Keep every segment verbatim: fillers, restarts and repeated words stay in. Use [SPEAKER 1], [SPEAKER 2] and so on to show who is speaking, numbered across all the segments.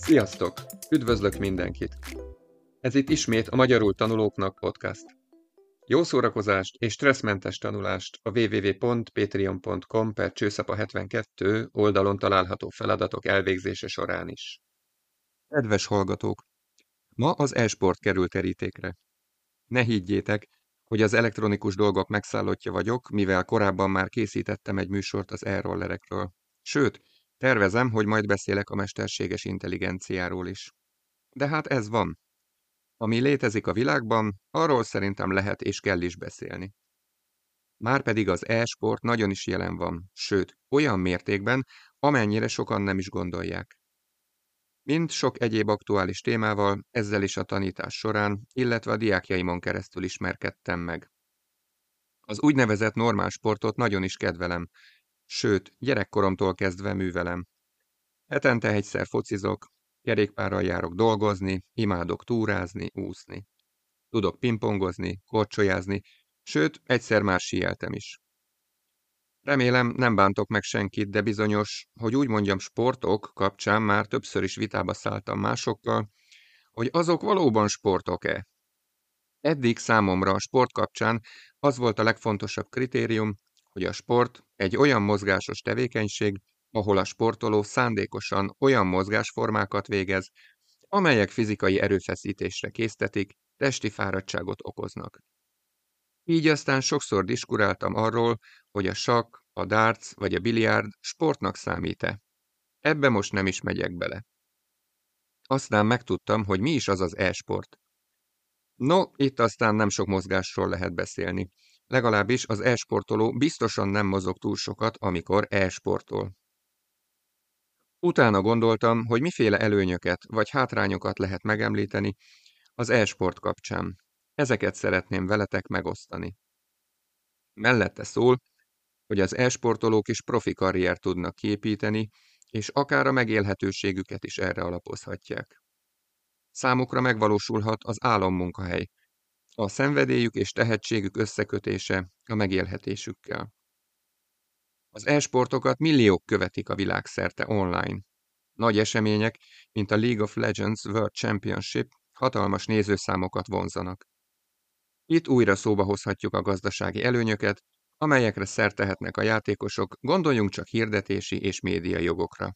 [SPEAKER 1] Sziasztok! Üdvözlök mindenkit! Ez itt ismét a Magyarul Tanulóknak podcast. Jó szórakozást és stresszmentes tanulást a www.patreon.com per csőszapa hetvenkettő oldalon található feladatok elvégzése során is. Kedves hallgatók! Ma az e-sport kerül terítékre. Ne higgyétek, hogy az elektronikus dolgok megszállottja vagyok, mivel korábban már készítettem egy műsort az e-rollerekről. Sőt, tervezem, hogy majd beszélek a mesterséges intelligenciáról is. De hát ez van. Ami létezik a világban, arról szerintem lehet és kell is beszélni. Márpedig az e-sport nagyon is jelen van, sőt, olyan mértékben, amennyire sokan nem is gondolják. Mint sok egyéb aktuális témával, ezzel is a tanítás során, illetve a diákjaimon keresztül ismerkedtem meg. Az úgynevezett normál sportot nagyon is kedvelem, sőt, gyerekkoromtól kezdve művelem. Hetente egyszer focizok, kerékpárral járok dolgozni, imádok túrázni, úszni. Tudok pingpongozni, korcsolyázni, sőt, egyszer már síeltem is. Remélem, nem bántok meg senkit, de bizonyos, hogy úgy mondjam, sportok kapcsán már többször is vitába szálltam másokkal, hogy azok valóban sportok-e. Eddig számomra a sport kapcsán az volt a legfontosabb kritérium, hogy a sport egy olyan mozgásos tevékenység, ahol a sportoló szándékosan olyan mozgásformákat végez, amelyek fizikai erőfeszítésre késztetik, testi fáradtságot okoznak. Így aztán sokszor diskuráltam arról, hogy a sakk, a darts vagy a biliárd sportnak számít-e. Ebbe most nem is megyek bele. Aztán megtudtam, hogy mi is az az e-sport. No, itt aztán nem sok mozgásról lehet beszélni. Legalábbis az e-sportoló biztosan nem mozog túl sokat, amikor e-sportol. Utána gondoltam, hogy miféle előnyöket vagy hátrányokat lehet megemlíteni az e-sport kapcsán. Ezeket szeretném veletek megosztani. Mellette szól, hogy az e-sportolók is profi karriert tudnak kiépíteni, és akár a megélhetőségüket is erre alapozhatják. Számukra megvalósulhat az álommunkahely, a szenvedélyük és tehetségük összekötése a megélhetésükkel. Az e-sportokat milliók követik a világszerte online. Nagy események, mint a League of Legends World Championship hatalmas nézőszámokat vonzanak. Itt újra szóba hozhatjuk a gazdasági előnyöket, amelyekre szert tehetnek a játékosok, gondoljunk csak hirdetési és média jogokra.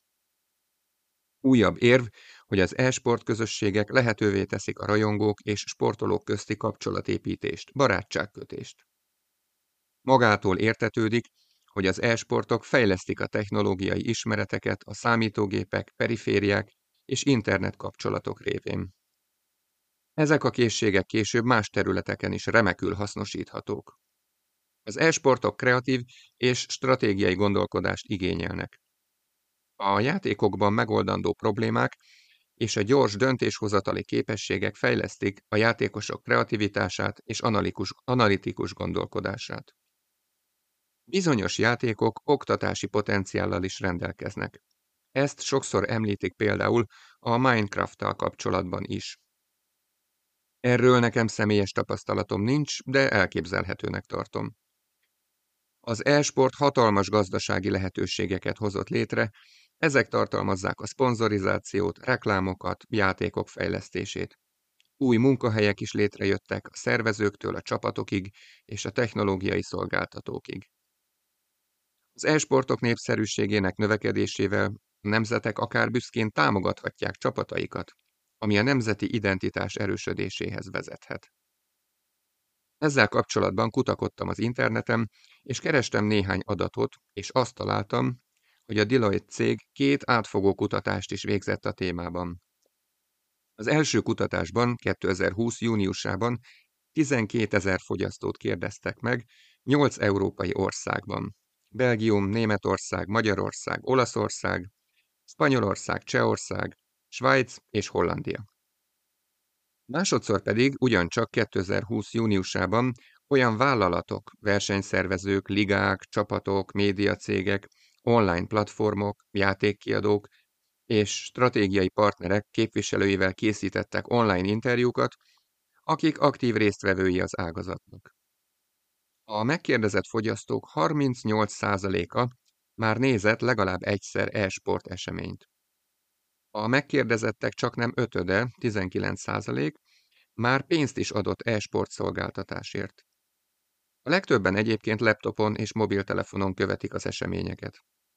[SPEAKER 1] Újabb érv, hogy az e-sport közösségek lehetővé teszik a rajongók és sportolók közti kapcsolatépítést, barátságkötést. Magától értetődik, hogy az e-sportok fejlesztik a technológiai ismereteket a számítógépek, perifériák és internet kapcsolatok révén. Ezek a készségek később más területeken is remekül hasznosíthatók. Az e-sportok kreatív és stratégiai gondolkodást igényelnek. A játékokban megoldandó problémák és a gyors döntéshozatali képességek fejlesztik a játékosok kreativitását és analikus, analitikus gondolkodását. Bizonyos játékok oktatási potenciállal is rendelkeznek. Ezt sokszor említik például a Minecraft-tal kapcsolatban is. Erről nekem személyes tapasztalatom nincs, de elképzelhetőnek tartom. Az e-sport hatalmas gazdasági lehetőségeket hozott létre, ezek tartalmazzák a szponzorizációt, reklámokat, játékok fejlesztését. Új munkahelyek is létrejöttek a szervezőktől a csapatokig és a technológiai szolgáltatókig. Az e-sportok népszerűségének növekedésével a nemzetek akár büszkén támogathatják csapataikat, ami a nemzeti identitás erősödéséhez vezethet. Ezzel kapcsolatban kutakodtam az interneten, és kerestem néhány adatot, és azt találtam, hogy a Deloitte cég két átfogó kutatást is végzett a témában. Az első kutatásban kétezer-húsz júniusában tizenkétezer fogyasztót kérdeztek meg nyolc európai országban. Belgium, Németország, Magyarország, Olaszország, Spanyolország, Csehország, Svájc és Hollandia. Másodszor pedig ugyancsak kétezer-húsz júniusában olyan vállalatok, versenyszervezők, ligák, csapatok, médiacégek, online platformok, játékkiadók és stratégiai partnerek képviselőivel készítettek online interjúkat, akik aktív résztvevői az ágazatnak. A megkérdezett fogyasztók harmincnyolc százaléka már nézett legalább egyszer e-sport eseményt. A megkérdezettek csaknem ötöde, tizenkilenc százalék, már pénzt is adott e-sport szolgáltatásért. A legtöbben egyébként laptopon és mobiltelefonon követik az eseményeket.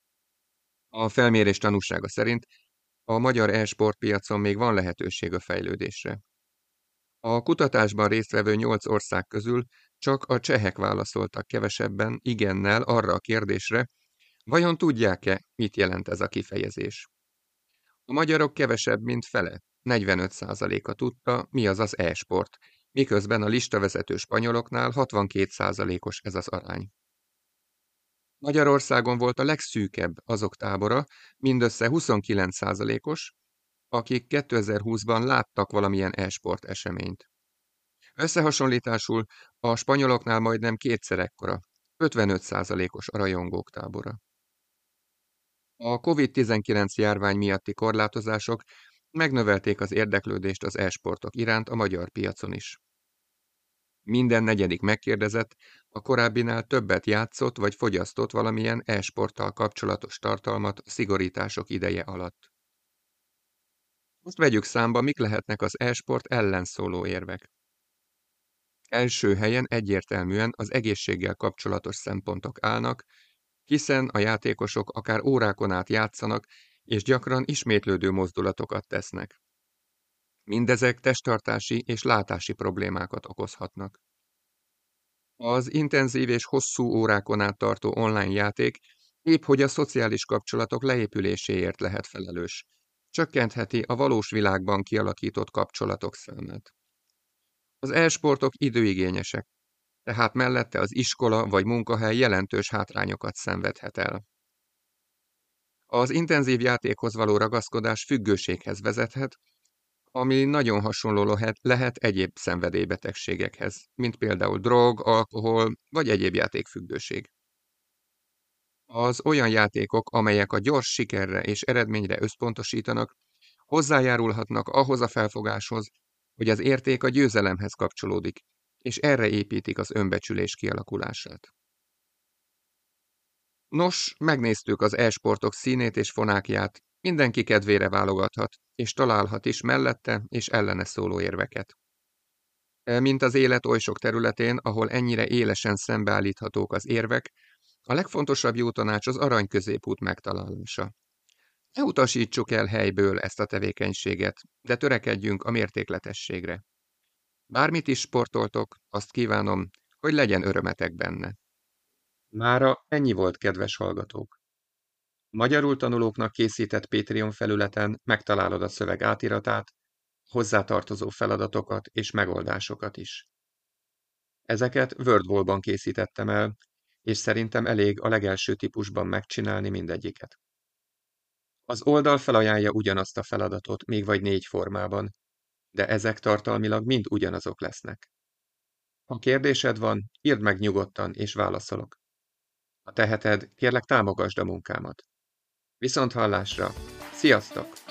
[SPEAKER 1] A felmérés tanúsága szerint a magyar e-sport piacon még van lehetőség a fejlődésre. A kutatásban résztvevő nyolc ország közül csak a csehek válaszoltak kevesebben igennel arra a kérdésre, vajon tudják-e, mit jelent ez a kifejezés. A magyarok kevesebb, mint fele, negyvenöt százaléka tudta, mi az az e-sport, miközben a listavezető spanyoloknál hatvankét százalékos ez az arány. Magyarországon volt a legszűkebb azok tábora, mindössze huszonkilenc százalékos, akik kétezer-húszban láttak valamilyen e-sport eseményt. Összehasonlításul a spanyoloknál majdnem kétszer ekkora, ötvenöt százalékos a rajongók tábora. A kovid tizenkilenc járvány miatti korlátozások megnövelték az érdeklődést az e-sportok iránt a magyar piacon is. Minden negyedik megkérdezett a korábbinál többet játszott vagy fogyasztott valamilyen e-sporttal kapcsolatos tartalmat a szigorítások ideje alatt. Most vegyük számba, mik lehetnek az e-sport ellen szóló érvek. Első helyen egyértelműen az egészséggel kapcsolatos szempontok állnak, hiszen a játékosok akár órákon át játszanak, és gyakran ismétlődő mozdulatokat tesznek. Mindezek testtartási és látási problémákat okozhatnak. Az intenzív és hosszú órákon át tartó online játék épp hogy a szociális kapcsolatok leépüléséért lehet felelős. Csökkentheti a valós világban kialakított kapcsolatok számát. Az e-sportok időigényesek, tehát mellette az iskola vagy munkahely jelentős hátrányokat szenvedhet el. Az intenzív játékhoz való ragaszkodás függőséghez vezethet, ami nagyon hasonló lehet, lehet egyéb szenvedélybetegségekhez, mint például drog, alkohol vagy egyéb játékfüggőség. Az olyan játékok, amelyek a gyors sikerre és eredményre összpontosítanak, hozzájárulhatnak ahhoz a felfogáshoz, hogy az érték a győzelemhez kapcsolódik, és erre építik az önbecsülés kialakulását. Nos, megnéztük az e-sportok színét és fonákját, mindenki kedvére válogathat, és találhat is mellette és ellene szóló érveket. Mint az élet oly sok területén, ahol ennyire élesen szembeállíthatók az érvek, a legfontosabb jó tanács az arany középút megtalálása. Ne utasítsuk el helyből ezt a tevékenységet, de törekedjünk a mértékletességre. Bármit is sportoltok, azt kívánom, hogy legyen örömetek benne. Mára ennyi volt, kedves hallgatók. Magyarul tanulóknak készített Patreon felületen megtalálod a szöveg átiratát, hozzátartozó feladatokat és megoldásokat is. Ezeket Wordwall-ban készítettem el, és szerintem elég a legelső típusban megcsinálni mindegyiket. Az oldal felajánlja ugyanazt a feladatot, még vagy négy formában, de ezek tartalmilag mind ugyanazok lesznek. Ha kérdésed van, írd meg nyugodtan, és válaszolok. Ha teheted, kérlek támogasd a munkámat. Viszonthallásra! Sziasztok!